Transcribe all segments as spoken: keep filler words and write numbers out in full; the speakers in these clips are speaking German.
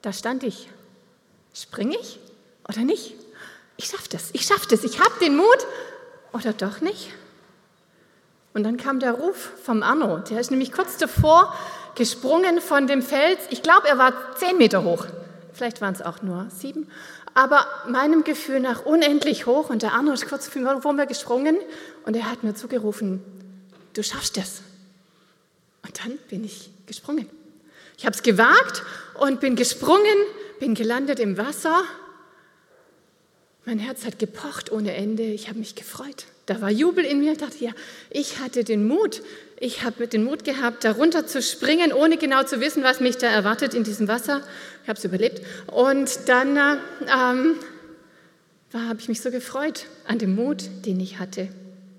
da stand ich. Springe ich oder nicht? Ich schaffe das, ich schaffe das, ich habe den Mut oder doch nicht? Und dann kam der Ruf vom Arno, der ist nämlich kurz davor gesprungen von dem Fels. Ich glaube, er war zehn Meter hoch, vielleicht waren es auch nur sieben, aber meinem Gefühl nach unendlich hoch. Und der Arno ist kurz vor mir gesprungen und er hat mir zugerufen, du schaffst das. Und dann bin ich gesprungen. Ich habe es gewagt und bin gesprungen, bin gelandet im Wasser. Mein Herz hat gepocht ohne Ende. Ich habe mich gefreut. Da war Jubel in mir. Ich dachte, ja, ich hatte den Mut. Ich habe den Mut gehabt, da runter zu springen, ohne genau zu wissen, was mich da erwartet in diesem Wasser. Ich habe es überlebt. Und dann ähm, habe ich mich so gefreut an dem Mut, den ich hatte.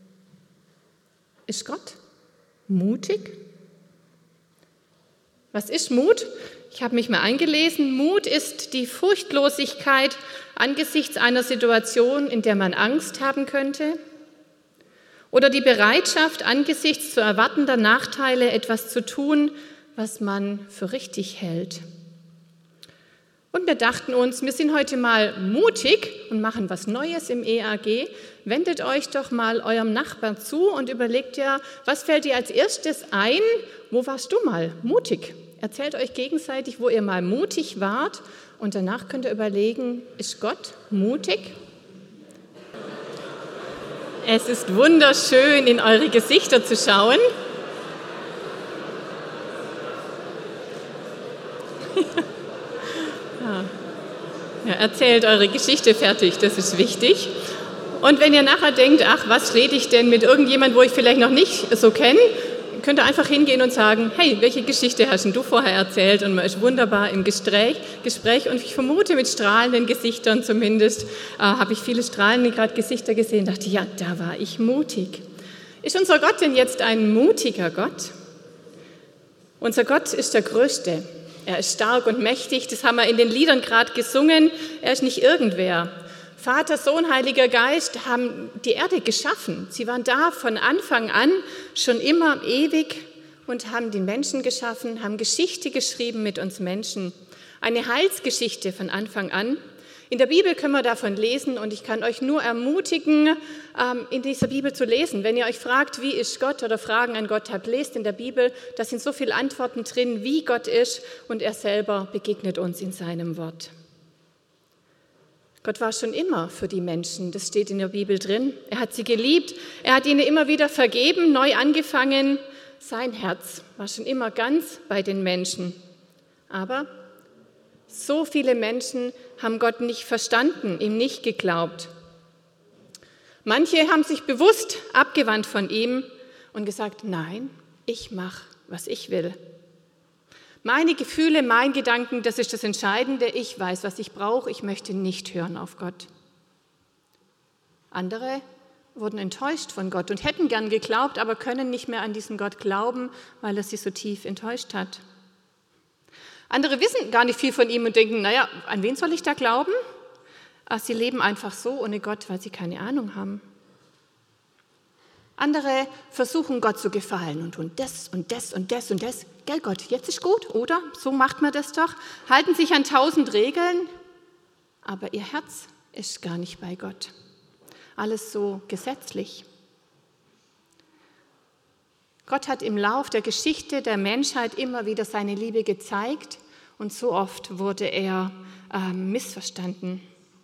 Ist Gott mutig? Was ist Mut? Ich habe mich mal eingelesen. Mut ist die Furchtlosigkeit angesichts einer Situation, in der man Angst haben könnte, oder die Bereitschaft, angesichts zu erwartender Nachteile etwas zu tun, was man für richtig hält. Und wir dachten uns, wir sind heute mal mutig und machen was Neues im E A G. Wendet euch doch mal eurem Nachbarn zu und überlegt ja, was fällt dir als erstes ein? Wo warst du mal mutig? Erzählt euch gegenseitig, wo ihr mal mutig wart, und danach könnt ihr überlegen, ist Gott mutig? Es ist wunderschön, in eure Gesichter zu schauen. Ja. Ja, erzählt eure Geschichte fertig, das ist wichtig. Und wenn ihr nachher denkt, ach, was rede ich denn mit irgendjemandem, wo ich vielleicht noch nicht so kenne, könnt ihr einfach hingehen und sagen, hey, welche Geschichte hast du vorher erzählt? Und man ist wunderbar im Gespräch. Gespräch. Und ich vermute, mit strahlenden Gesichtern zumindest, äh, habe ich viele strahlende gerade Gesichter gesehen, dachte, ja, da war ich mutig. Ist unser Gott denn jetzt ein mutiger Gott? Unser Gott ist der Größte. Er ist stark und mächtig, das haben wir in den Liedern gerade gesungen. Er ist nicht irgendwer. Vater, Sohn, Heiliger Geist haben die Erde geschaffen. Sie waren da von Anfang an, schon immer ewig, und haben die Menschen geschaffen, haben Geschichte geschrieben mit uns Menschen. Eine Heilsgeschichte von Anfang an. In der Bibel können wir davon lesen, und ich kann euch nur ermutigen, in dieser Bibel zu lesen. Wenn ihr euch fragt, wie ist Gott, oder Fragen an Gott habt, lest in der Bibel. Da sind so viele Antworten drin, wie Gott ist, und er selber begegnet uns in seinem Wort. Gott war schon immer für die Menschen, das steht in der Bibel drin. Er hat sie geliebt, er hat ihnen immer wieder vergeben, neu angefangen. Sein Herz war schon immer ganz bei den Menschen. Aber so viele Menschen haben Gott nicht verstanden, ihm nicht geglaubt. Manche haben sich bewusst abgewandt von ihm und gesagt, nein, ich mache, was ich will. Meine Gefühle, mein Gedanken, das ist das Entscheidende. Ich weiß, was ich brauche. Ich möchte nicht hören auf Gott. Andere wurden enttäuscht von Gott und hätten gern geglaubt, aber können nicht mehr an diesen Gott glauben, weil er sie so tief enttäuscht hat. Andere wissen gar nicht viel von ihm und denken, naja, an wen soll ich da glauben? Ach, sie leben einfach so ohne Gott, weil sie keine Ahnung haben. Andere versuchen, Gott zu gefallen und tun das und das und das und das. Gell, Gott, jetzt ist gut, oder? So macht man das doch. Halten sich an tausend Regeln, aber ihr Herz ist gar nicht bei Gott. Alles so gesetzlich. Gott hat im Lauf der Geschichte der Menschheit immer wieder seine Liebe gezeigt, und so oft wurde er äh, missverstanden.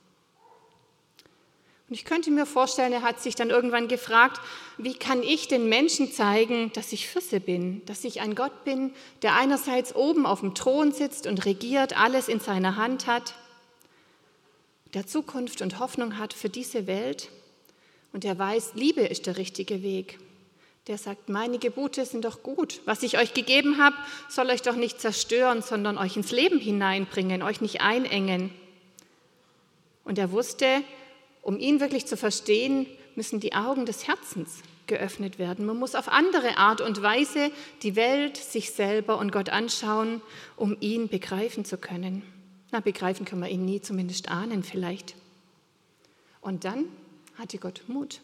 Und ich könnte mir vorstellen, er hat sich dann irgendwann gefragt, wie kann ich den Menschen zeigen, dass ich für sie bin, dass ich ein Gott bin, der einerseits oben auf dem Thron sitzt und regiert, alles in seiner Hand hat, der Zukunft und Hoffnung hat für diese Welt, und der weiß, Liebe ist der richtige Weg. Der sagt, meine Gebote sind doch gut. Was ich euch gegeben habe, soll euch doch nicht zerstören, sondern euch ins Leben hineinbringen, euch nicht einengen. Und er wusste, um ihn wirklich zu verstehen, müssen die Augen des Herzens geöffnet werden. Man muss auf andere Art und Weise die Welt, sich selber und Gott anschauen, um ihn begreifen zu können. Na, begreifen können wir ihn nie, zumindest ahnen vielleicht. Und dann hatte Gott Mut.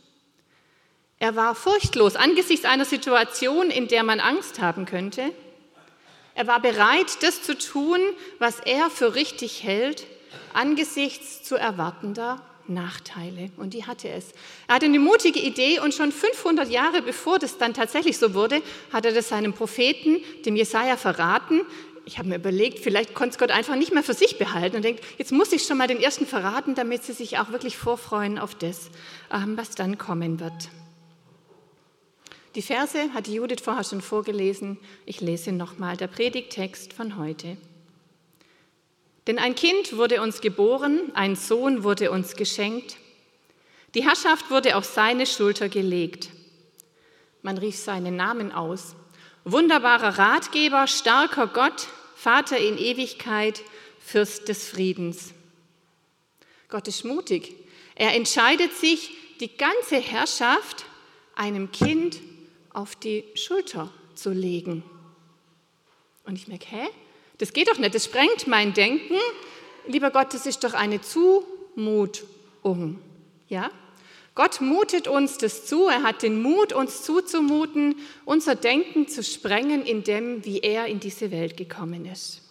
Er war furchtlos angesichts einer Situation, in der man Angst haben könnte. Er war bereit, das zu tun, was er für richtig hält, angesichts zu erwartender Nachteile. Und die hatte es. Er hatte eine mutige Idee und schon fünfhundert Jahre bevor das dann tatsächlich so wurde, hat er das seinem Propheten, dem Jesaja, verraten. Ich habe mir überlegt, vielleicht konnte es Gott einfach nicht mehr für sich behalten und denkt, jetzt muss ich schon mal den Ersten verraten, damit sie sich auch wirklich vorfreuen auf das, was dann kommen wird. Die Verse hat Judith vorher schon vorgelesen. Ich lese nochmal, der Predigttext von heute. Denn ein Kind wurde uns geboren, ein Sohn wurde uns geschenkt. Die Herrschaft wurde auf seine Schulter gelegt. Man rief seinen Namen aus. Wunderbarer Ratgeber, starker Gott, Vater in Ewigkeit, Fürst des Friedens. Gott ist mutig. Er entscheidet sich, die ganze Herrschaft einem Kind auf die Schulter zu legen. Und ich merke, hä? Das geht doch nicht, das sprengt mein Denken. Lieber Gott, das ist doch eine Zumutung. Ja? Gott mutet uns das zu, er hat den Mut, uns zuzumuten, unser Denken zu sprengen in dem, wie er in diese Welt gekommen ist.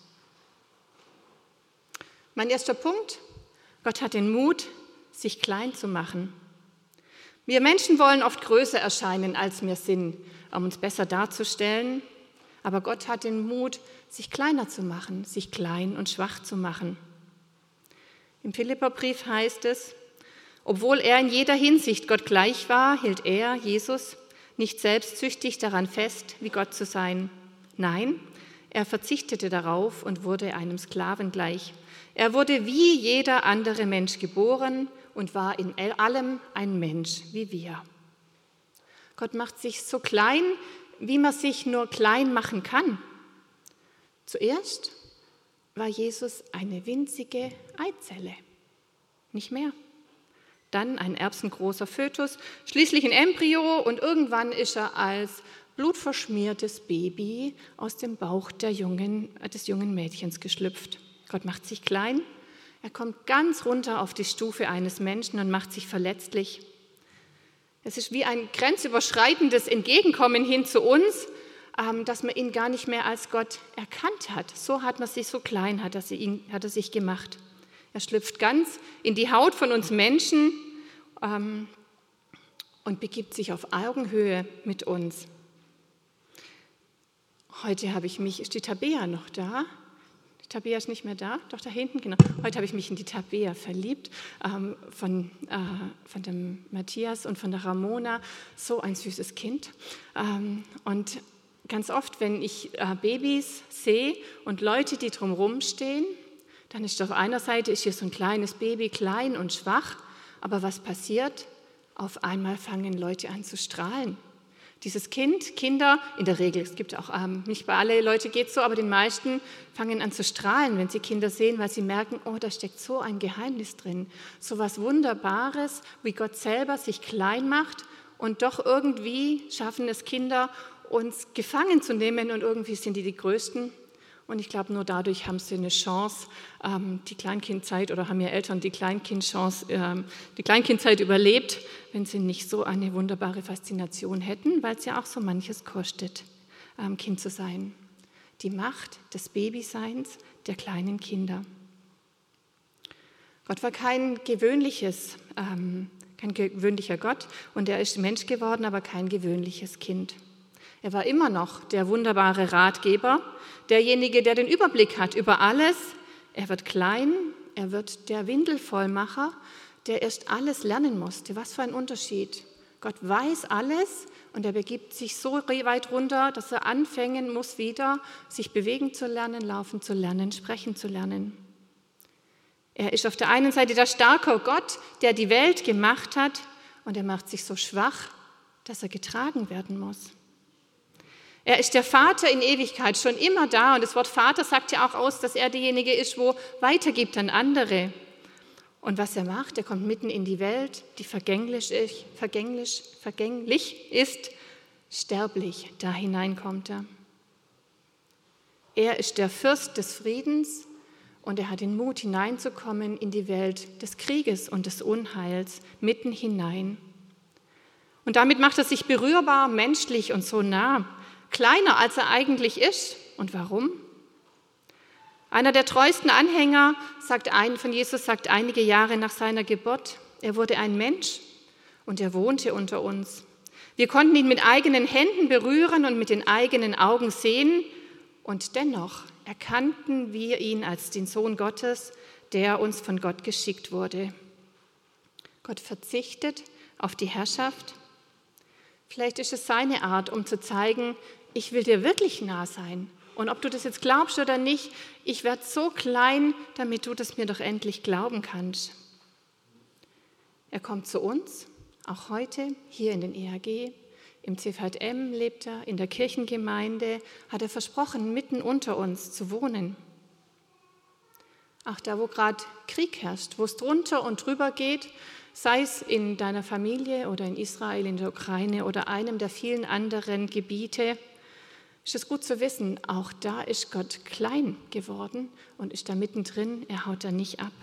Mein erster Punkt, Gott hat den Mut, sich klein zu machen. Wir Menschen wollen oft größer erscheinen, als wir sind, um uns besser darzustellen. Aber Gott hat den Mut, sich kleiner zu machen, sich klein und schwach zu machen. Im Philipperbrief heißt es, obwohl er in jeder Hinsicht Gott gleich war, hielt er, Jesus, nicht selbstsüchtig daran fest, wie Gott zu sein. Nein, er verzichtete darauf und wurde einem Sklaven gleich. Er wurde wie jeder andere Mensch geboren und war in allem ein Mensch wie wir. Gott macht sich so klein, wie man sich nur klein machen kann. Zuerst war Jesus eine winzige Eizelle, nicht mehr. Dann ein erbsengroßer Fötus, schließlich ein Embryo und irgendwann ist er als blutverschmiertes Baby aus dem Bauch der jungen, des jungen Mädchens geschlüpft. Gott macht sich klein, er kommt ganz runter auf die Stufe eines Menschen und macht sich verletzlich. Es ist wie ein grenzüberschreitendes Entgegenkommen hin zu uns, dass man ihn gar nicht mehr als Gott erkannt hat. So hat man sich, so klein hat er, ihn, hat er sich gemacht. Er schlüpft ganz in die Haut von uns Menschen ähm, und begibt sich auf Augenhöhe mit uns. Heute habe ich mich, ist die Tabea noch da? Die Tabea ist nicht mehr da, doch da hinten, genau. Heute habe ich mich in die Tabea verliebt, ähm, von, äh, von dem Matthias und von der Ramona. So ein süßes Kind. Ähm, und ganz oft, wenn ich äh, Babys sehe und Leute, die drumherum stehen, dann ist auf einer Seite ist hier so ein kleines Baby, klein und schwach, aber was passiert? Auf einmal fangen Leute an zu strahlen. Dieses Kind, Kinder, in der Regel, es gibt auch, ähm, nicht bei allen Leuten geht es so, aber den meisten fangen an zu strahlen, wenn sie Kinder sehen, weil sie merken, oh, da steckt so ein Geheimnis drin. So was Wunderbares, wie Gott selber sich klein macht und doch irgendwie schaffen es Kinder, uns gefangen zu nehmen und irgendwie sind die die Größten. Und ich glaube, nur dadurch haben sie eine Chance, die Kleinkindzeit oder haben ihre Eltern die Kleinkindchance, die Kleinkindzeit überlebt, wenn sie nicht so eine wunderbare Faszination hätten, weil es ja auch so manches kostet, Kind zu sein. Die Macht des Babyseins der kleinen Kinder. Gott war kein gewöhnliches, kein gewöhnlicher Gott und er ist Mensch geworden, aber kein gewöhnliches Kind. Er war immer noch der wunderbare Ratgeber, derjenige, der den Überblick hat über alles. Er wird klein, er wird der Windelvollmacher, der erst alles lernen musste. Was für ein Unterschied. Gott weiß alles und er begibt sich so weit runter, dass er anfangen muss, wieder sich bewegen zu lernen, laufen zu lernen, sprechen zu lernen. Er ist auf der einen Seite der starke Gott, der die Welt gemacht hat und er macht sich so schwach, dass er getragen werden muss. Er ist der Vater in Ewigkeit, schon immer da. Und das Wort Vater sagt ja auch aus, dass er derjenige ist, wo weitergibt an andere. Und was er macht, er kommt mitten in die Welt, die vergänglich ist, vergänglich, vergänglich ist, sterblich. Da hinein kommt er. Er ist der Fürst des Friedens und er hat den Mut, hineinzukommen in die Welt des Krieges und des Unheils, mitten hinein. Und damit macht er sich berührbar, menschlich und so nah. Kleiner, als er eigentlich ist. Und warum? Einer der treuesten Anhänger sagt ein, von Jesus sagt einige Jahre nach seiner Geburt, er wurde ein Mensch und er wohnte unter uns. Wir konnten ihn mit eigenen Händen berühren und mit den eigenen Augen sehen und dennoch erkannten wir ihn als den Sohn Gottes, der uns von Gott geschickt wurde. Gott verzichtet auf die Herrschaft. Vielleicht ist es seine Art, um zu zeigen, ich will dir wirklich nah sein. Und ob du das jetzt glaubst oder nicht, ich werde so klein, damit du das mir doch endlich glauben kannst. Er kommt zu uns, auch heute, hier in den E H G, im C V M lebt er, in der Kirchengemeinde, hat er versprochen, mitten unter uns zu wohnen. Auch da, wo gerade Krieg herrscht, wo es drunter und drüber geht, sei es in deiner Familie oder in Israel, in der Ukraine oder einem der vielen anderen Gebiete, ist es gut zu wissen, auch da ist Gott klein geworden und ist da mittendrin, er haut da nicht ab.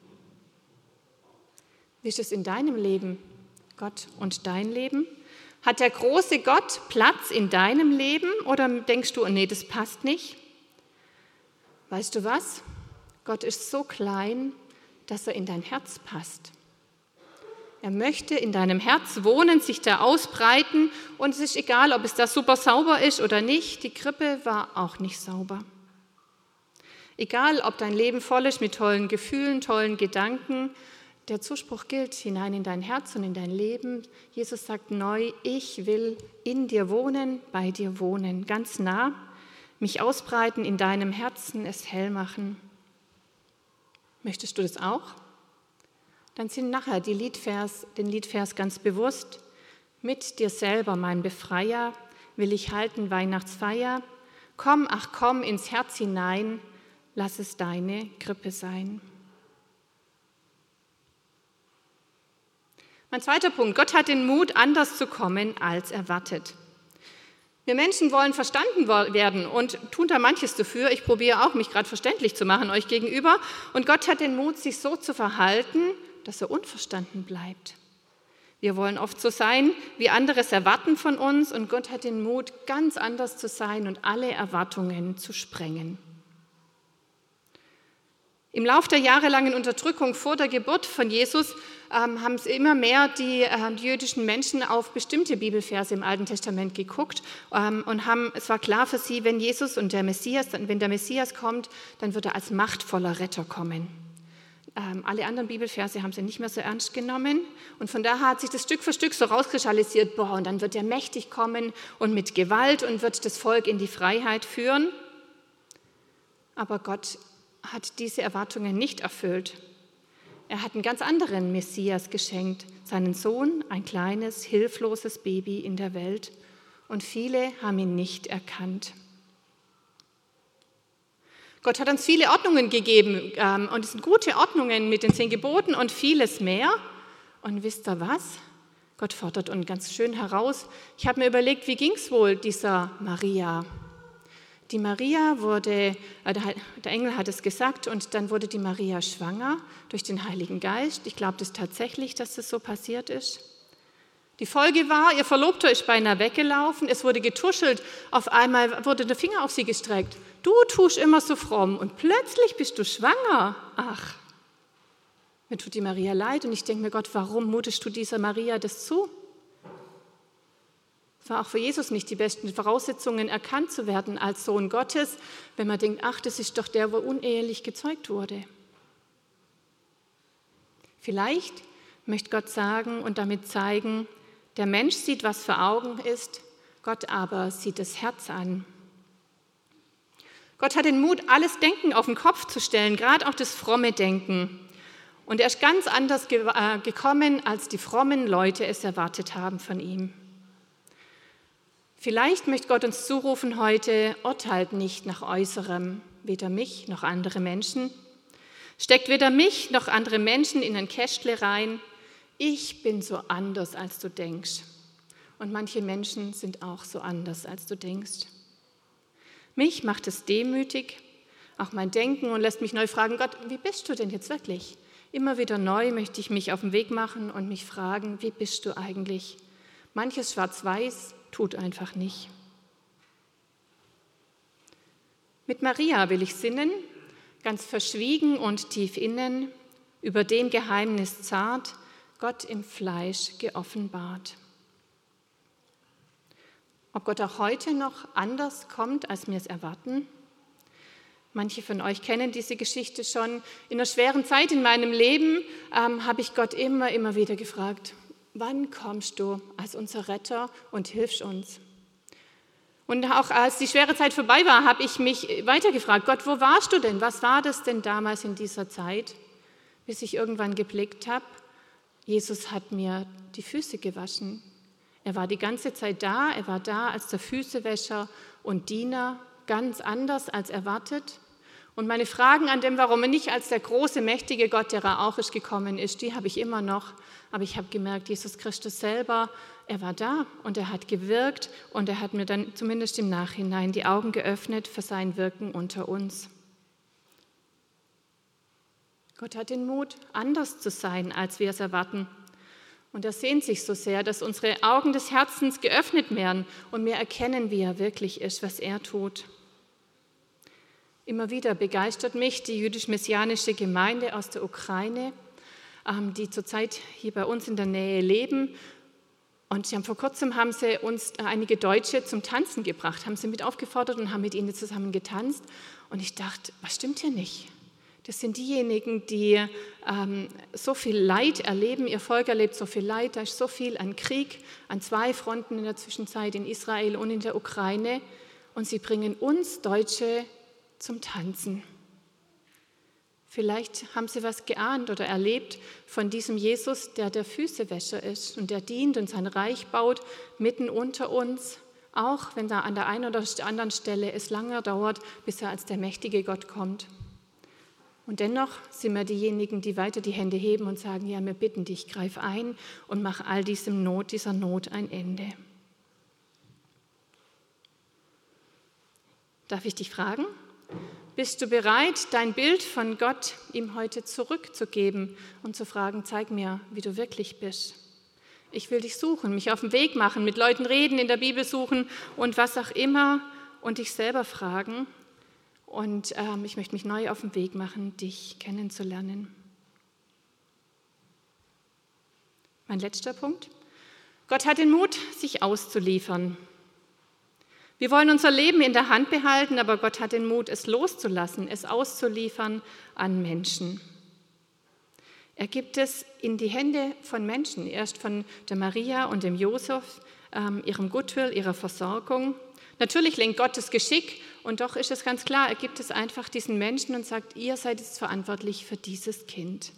Wie ist es in deinem Leben, Gott und dein Leben? Hat der große Gott Platz in deinem Leben oder denkst du, nee, das passt nicht? Weißt du was? Gott ist so klein, dass er in dein Herz passt. Er möchte in deinem Herz wohnen, sich da ausbreiten und es ist egal, ob es da super sauber ist oder nicht. Die Krippe war auch nicht sauber. Egal, ob dein Leben voll ist mit tollen Gefühlen, tollen Gedanken, der Zuspruch gilt hinein in dein Herz und in dein Leben. Jesus sagt neu, ich will in dir wohnen, bei dir wohnen, ganz nah, mich ausbreiten in deinem Herzen, es hell machen. Möchtest du das auch? Dann sind nachher die Liedvers, den Liedvers ganz bewusst. Mit dir selber, mein Befreier, will ich halten Weihnachtsfeier. Komm, ach komm ins Herz hinein, lass es deine Krippe sein. Mein zweiter Punkt, Gott hat den Mut, anders zu kommen als erwartet. Wir Menschen wollen verstanden werden und tun da manches dafür. Ich probiere auch, mich gerade verständlich zu machen euch gegenüber. Und Gott hat den Mut, sich so zu verhalten, dass er unverstanden bleibt. Wir wollen oft so sein, wie andere es erwarten von uns, und Gott hat den Mut, ganz anders zu sein und alle Erwartungen zu sprengen. Im Lauf der jahrelangen Unterdrückung vor der Geburt von Jesus ähm, haben immer mehr die, äh, die jüdischen Menschen auf bestimmte Bibelverse im Alten Testament geguckt ähm, und haben, es war klar für sie, wenn Jesus und der Messias, wenn der Messias kommt, dann wird er als machtvoller Retter kommen. Ähm, alle anderen Bibelverse haben sie nicht mehr so ernst genommen und von daher hat sich das Stück für Stück so rauskristallisiert, boah, und dann wird er mächtig kommen und mit Gewalt und wird das Volk in die Freiheit führen. Aber Gott hat diese Erwartungen nicht erfüllt. Er hat einen ganz anderen Messias geschenkt, seinen Sohn, ein kleines, hilfloses Baby in der Welt, und viele haben ihn nicht erkannt. Gott hat uns viele Ordnungen gegeben ähm, und es sind gute Ordnungen mit den zehn Geboten und vieles mehr. Und wisst ihr was? Gott fordert uns ganz schön heraus. Ich habe mir überlegt, wie ging es wohl dieser Maria? Die Maria wurde, äh, der Engel hat es gesagt, und dann wurde die Maria schwanger durch den Heiligen Geist. Ich glaube das tatsächlich, dass das so passiert ist. Die Folge war, ihr Verlobter ist beinahe weggelaufen, es wurde getuschelt, auf einmal wurde der Finger auf sie gestreckt. Du tust immer so fromm und plötzlich bist du schwanger. Ach, mir tut die Maria leid und ich denke mir, Gott, warum mutest du dieser Maria das zu? Es war auch für Jesus nicht die besten Voraussetzungen, erkannt zu werden als Sohn Gottes, wenn man denkt, ach, das ist doch der, wo unehelich gezeugt wurde. Vielleicht möchte Gott sagen und damit zeigen, der Mensch sieht, was vor Augen ist, Gott aber sieht das Herz an. Gott hat den Mut, alles Denken auf den Kopf zu stellen, gerade auch das fromme Denken. Und er ist ganz anders ge- äh, gekommen, als die frommen Leute es erwartet haben von ihm. Vielleicht möchte Gott uns zurufen heute, urteilt nicht nach Äußerem, weder mich noch andere Menschen. Steckt weder mich noch andere Menschen in ein Kästle rein. Ich bin so anders, als du denkst. Und manche Menschen sind auch so anders, als du denkst. Mich macht es demütig, auch mein Denken, und lässt mich neu fragen, Gott, wie bist du denn jetzt wirklich? Immer wieder neu möchte ich mich auf den Weg machen und mich fragen, wie bist du eigentlich? Manches schwarz-weiß tut einfach nicht. Mit Maria will ich sinnen ganz verschwiegen und tief innen, über dem Geheimnis zart, Gott im Fleisch geoffenbart. Ob Gott auch heute noch anders kommt, als wir es erwarten? Manche von euch kennen diese Geschichte schon. In einer schweren Zeit in meinem Leben ähm, habe ich Gott immer, immer wieder gefragt, wann kommst du als unser Retter und hilfst uns? Und auch als die schwere Zeit vorbei war, habe ich mich weiter gefragt, Gott, wo warst du denn? Was war das denn damals in dieser Zeit? Bis ich irgendwann geblickt habe, Jesus hat mir die Füße gewaschen. Er war die ganze Zeit da, er war da als der Füßewäscher und Diener, ganz anders als erwartet. Und meine Fragen an dem, warum er nicht als der große, mächtige Gott, der er auch ist, gekommen ist, die habe ich immer noch. Aber ich habe gemerkt, Jesus Christus selber, er war da und er hat gewirkt und er hat mir dann zumindest im Nachhinein die Augen geöffnet für sein Wirken unter uns. Gott hat den Mut, anders zu sein, als wir es erwarten. Und er sehnt sich so sehr, dass unsere Augen des Herzens geöffnet werden und wir erkennen, wie er wirklich ist, was er tut. Immer wieder begeistert mich die jüdisch-messianische Gemeinde aus der Ukraine, die zurzeit hier bei uns in der Nähe leben. Und sie haben, vor kurzem haben sie uns einige Deutsche zum Tanzen gebracht, haben sie mit aufgefordert und haben mit ihnen zusammen getanzt. Und ich dachte, was stimmt hier nicht? Das sind diejenigen, die ähm, so viel Leid erleben, ihr Volk erlebt so viel Leid, da ist so viel an Krieg, an zwei Fronten in der Zwischenzeit, in Israel und in der Ukraine. Und sie bringen uns Deutsche zum Tanzen. Vielleicht haben sie was geahnt oder erlebt von diesem Jesus, der der Füßewäscher ist und der dient und sein Reich baut mitten unter uns, auch wenn da an der einen oder anderen Stelle es lange dauert, bis er als der mächtige Gott kommt. Und dennoch sind wir diejenigen, die weiter die Hände heben und sagen, ja, wir bitten dich, greif ein und mach all diesem Not, dieser Not ein Ende. Darf ich dich fragen? Bist du bereit, dein Bild von Gott ihm heute zurückzugeben und zu fragen, zeig mir, wie du wirklich bist? Ich will dich suchen, mich auf den Weg machen, mit Leuten reden, in der Bibel suchen und was auch immer und dich selber fragen. Und ähm, ich möchte mich neu auf den Weg machen, dich kennenzulernen. Mein letzter Punkt. Gott hat den Mut, sich auszuliefern. Wir wollen unser Leben in der Hand behalten, aber Gott hat den Mut, es loszulassen, es auszuliefern an Menschen. Er gibt es in die Hände von Menschen, erst von der Maria und dem Josef, ähm, ihrem Goodwill, ihrer Versorgung. Natürlich lenkt Gott das Geschick und doch ist es ganz klar, er gibt es einfach diesen Menschen und sagt, ihr seid jetzt verantwortlich für dieses Kind.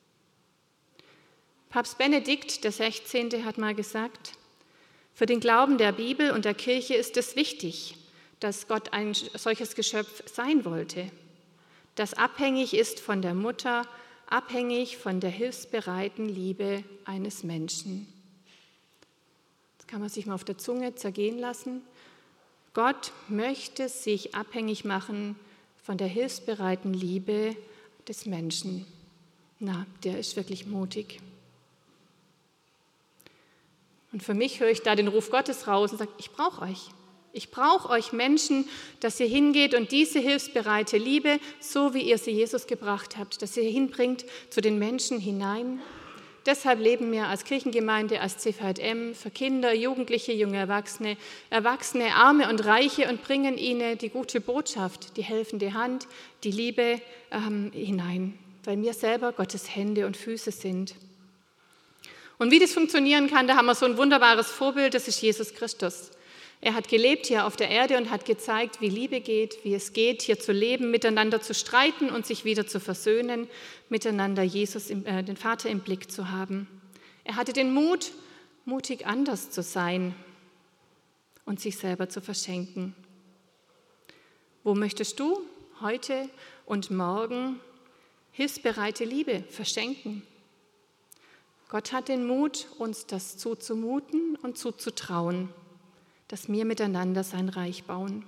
Papst Benedikt der Sechzehnte hat mal gesagt, für den Glauben der Bibel und der Kirche ist es wichtig, dass Gott ein solches Geschöpf sein wollte, das abhängig ist von der Mutter, abhängig von der hilfsbereiten Liebe eines Menschen. Das kann man sich mal auf der Zunge zergehen lassen. Gott möchte sich abhängig machen von der hilfsbereiten Liebe des Menschen. Na, der ist wirklich mutig. Und für mich höre ich da den Ruf Gottes raus und sage, ich brauche euch. Ich brauche euch Menschen, dass ihr hingeht und diese hilfsbereite Liebe, so wie ihr sie Jesus gebracht habt, dass ihr hinbringt zu den Menschen hinein. Deshalb leben wir als Kirchengemeinde, als C V J M für Kinder, Jugendliche, junge Erwachsene, Erwachsene, Arme und Reiche und bringen ihnen die gute Botschaft, die helfende Hand, die Liebe ähm, hinein, weil wir selber Gottes Hände und Füße sind. Und wie das funktionieren kann, da haben wir so ein wunderbares Vorbild, das ist Jesus Christus. Er hat gelebt hier auf der Erde und hat gezeigt, wie Liebe geht, wie es geht, hier zu leben, miteinander zu streiten und sich wieder zu versöhnen, miteinander Jesus, äh, den Vater im Blick zu haben. Er hatte den Mut, mutig anders zu sein und sich selber zu verschenken. Wo möchtest du heute und morgen hilfsbereite Liebe verschenken? Gott hat den Mut, uns das zuzumuten und zuzutrauen, dass wir miteinander sein Reich bauen.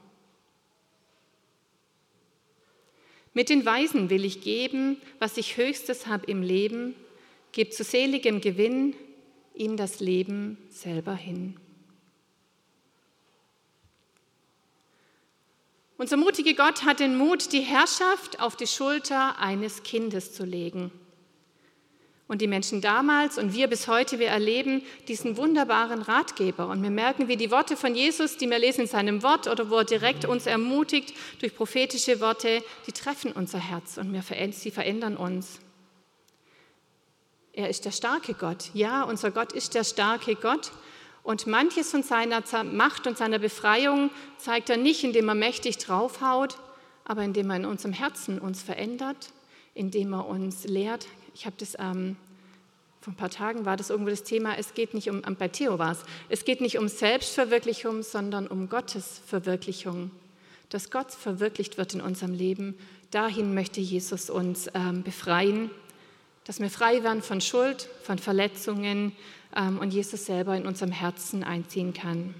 Mit den Weisen will ich geben, was ich Höchstes habe im Leben, gib zu seligem Gewinn ihm das Leben selber hin. Unser mutiger Gott hat den Mut, die Herrschaft auf die Schulter eines Kindes zu legen. Und die Menschen damals und wir bis heute, wir erleben diesen wunderbaren Ratgeber. Und wir merken, wie die Worte von Jesus, die wir lesen in seinem Wort oder wo er direkt uns ermutigt durch prophetische Worte, die treffen unser Herz und wir, sie verändern uns. Er ist der starke Gott. Ja, unser Gott ist der starke Gott. Und manches von seiner Macht und seiner Befreiung zeigt er nicht, indem er mächtig draufhaut, aber indem er in unserem Herzen uns verändert, indem er uns lehrt. Ich habe das, ähm, vor ein paar Tagen war das irgendwo das Thema, es geht nicht um, bei Theo war es, es geht nicht um Selbstverwirklichung, sondern um Gottes Verwirklichung. Dass Gott verwirklicht wird in unserem Leben, dahin möchte Jesus uns ähm, befreien, dass wir frei werden von Schuld, von Verletzungen ähm, und Jesus selber in unserem Herzen einziehen kann.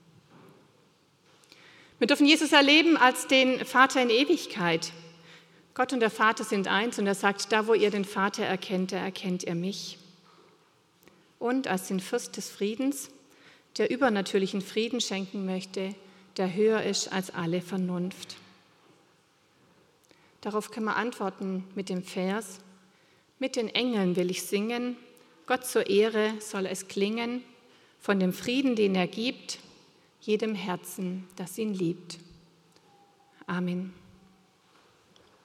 Wir dürfen Jesus erleben als den Vater in Ewigkeit. Gott und der Vater sind eins und er sagt, da wo ihr den Vater erkennt, da erkennt ihr mich. Und als den Fürst des Friedens, der übernatürlichen Frieden schenken möchte, der höher ist als alle Vernunft. Darauf können wir antworten mit dem Vers: Mit den Engeln will ich singen, Gott zur Ehre soll es klingen, von dem Frieden, den er gibt, jedem Herzen, das ihn liebt. Amen.